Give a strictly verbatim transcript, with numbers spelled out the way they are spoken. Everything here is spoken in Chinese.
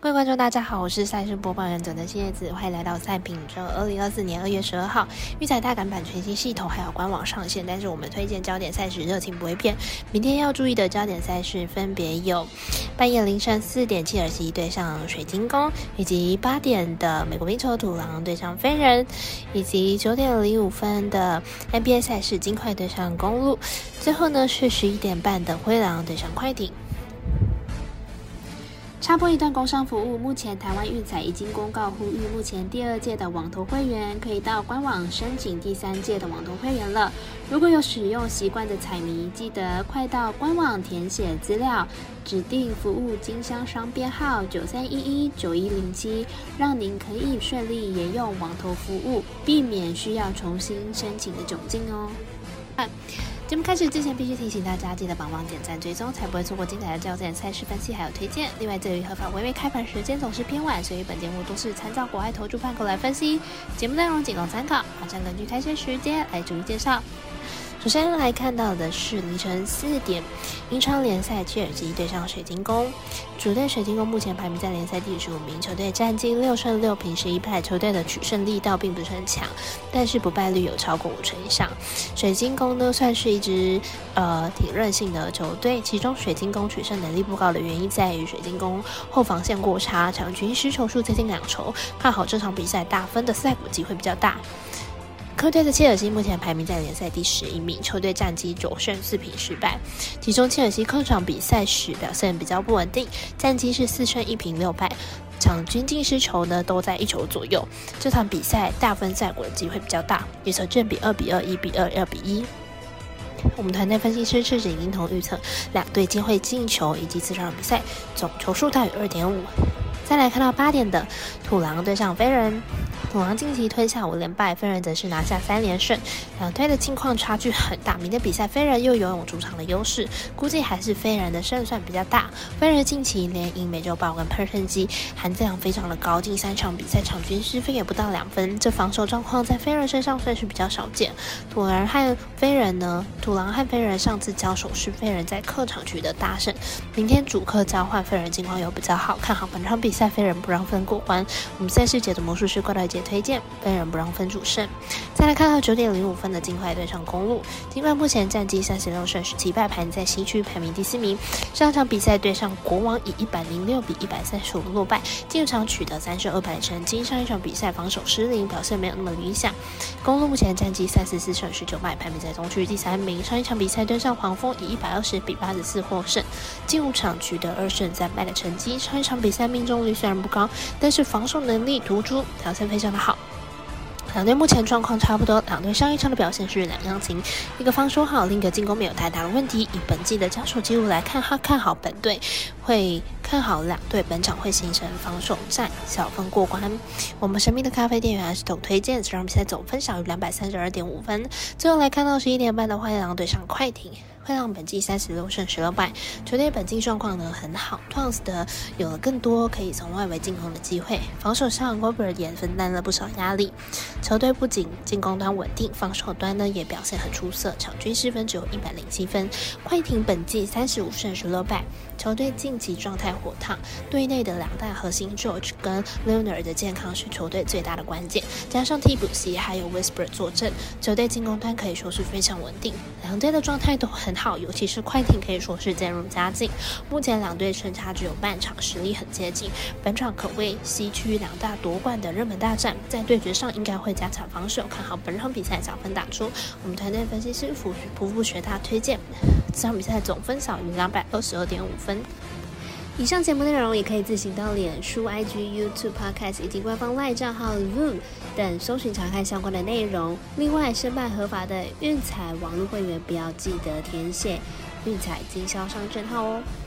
各位观众大家好，我是赛事播报员整的谢子，欢迎来到赛品周二零二四年二月十二号运彩大改版全新系统还有官网上线，但是我们推荐焦点赛事热情不会变。明天要注意的焦点赛事分别有半夜凌晨四点切尔西对上水晶宫，以及八点的美国冰球土狼对上飞人，以及九点零五分的 N B A 赛事金块对上公鹿，最后呢是十一点半的灰狼对上快艇。插播一段工商服务，目前台湾运彩已经公告呼吁，目前第二届的网投会员可以到官网申请第三届的网投会员了。如果有使用习惯的彩迷，记得快到官网填写资料，指定服务经销商编号九三一一九一零七，让您可以顺利沿用网投服务，避免需要重新申请的窘境哦。节目开始之前，必须提醒大家记得帮忙点赞追踪，才不会错过精彩的焦点赛事分析还有推荐。另外，这里合法微微开盘时间总是偏晚，所以本节目都是参照国外投注盘口来分析，节目内容仅供参考，马上根据开赛时间来逐一介绍。首先来看到的是凌晨四点，英超联赛切尔西对上水晶宫。主队水晶宫目前排名在联赛第十五名，球队战绩六胜六平十一败，球队的取胜力道并不是很强，但是不败率有超过五成以上。水晶宫呢算是一支呃挺韧性的球队，其中水晶宫取胜能力不高的原因在于水晶宫后防线过差，场均失球数接近两球，看好这场比赛大分的赛果机会比较大。客队的切尔西目前排名在联赛第十一名，球队战绩九胜四平十败，其中切尔西客场比赛时表现比较不稳定，战绩是四胜一平六败，场均净失球呢都在一球左右，这场比赛大分赛果的机会比较大，预测正比二比二、一比二、二比一。我们团队分析师赤井英童预测两队均会进球，以及这场比赛总球数大于 二点五。再来看到八点的土狼对上飞人，土狼近期吞下五连败，飞人则是拿下三连胜，两队的近况差距很大。明天比赛飞人又拥有主场的优势，估计还是飞人的胜算比较大。飞人近期连赢美洲豹跟喷射机，含字量非常的高，近三场比赛场均失分也不到两分，这防守状况在飞人身上算是比较少见。土狼和飞人呢，土狼和飞人上次交手是飞人在客场取得大胜，明天主客交换，飞人近况又比较好，看好本场比赛飞人不让分过关。我们赛事解读魔术师怪盗杰推荐飞人不让分主胜。再来看到九点零五分的金块对上公鹿，金块目前战绩三十六胜十七败，排在西区排名第四名。上场比赛对上国王以一百零六比一百三十五落败，进场取得三胜二败的成绩。上一场比赛防守失灵，表现没有那么理想。公鹿目前战绩三十四胜十九败，排名在东区第三名。上一场比赛对上黄蜂以一百二十比八十四获胜，近五场取得二胜三败的成绩。上一场比赛命中率虽然不高，但是防守能力突出，表现非常的好。两队目前状况差不多，两队上一场的表现是两样情，一个防守好，另一个进攻没有太大的问题。以本季的交手记录来看，他看好本队会看好两队本场会形成防守战，小分过关。我们神秘的咖啡店员是总推荐，这场比赛总分小于 两百三十二点五分。最后来看到十一点半的灰狼对上快艇，灰狼本季三十六胜十二败，球队本季状况呢很好 ，Twins 的有了更多可以从外围进攻的机会，防守上 Gobert 也分担了不少压力。球队不仅进攻端稳定，防守端呢也表现很出色，场均失分只有一百零七分。快艇本季三十五胜十六败，球队近期状态火烫，队内的两大核心 George 跟 Leonard 的健康是球队最大的关键，加上替补席还有 Westbrook 坐镇，球队进攻端可以说是非常稳定，两队的状态都很好，尤其是快艇可以说是渐入佳境。目前两队胜差只有半场，实力很接近，本场可谓西区两大夺冠的热门大战，在对决上应该会加强防守，看好本场比赛小分打出。我们团队分析师普普布学大推荐这场比赛总分小于 两百二十二点五分。以上节目内容也可以自行到脸书、I G、YouTube、Podcast 以及官方 LINE 账号 Zoom 等搜寻查看相关的内容。另外，申办合法的运彩网络会员，不要记得填写运彩经销商证号哦。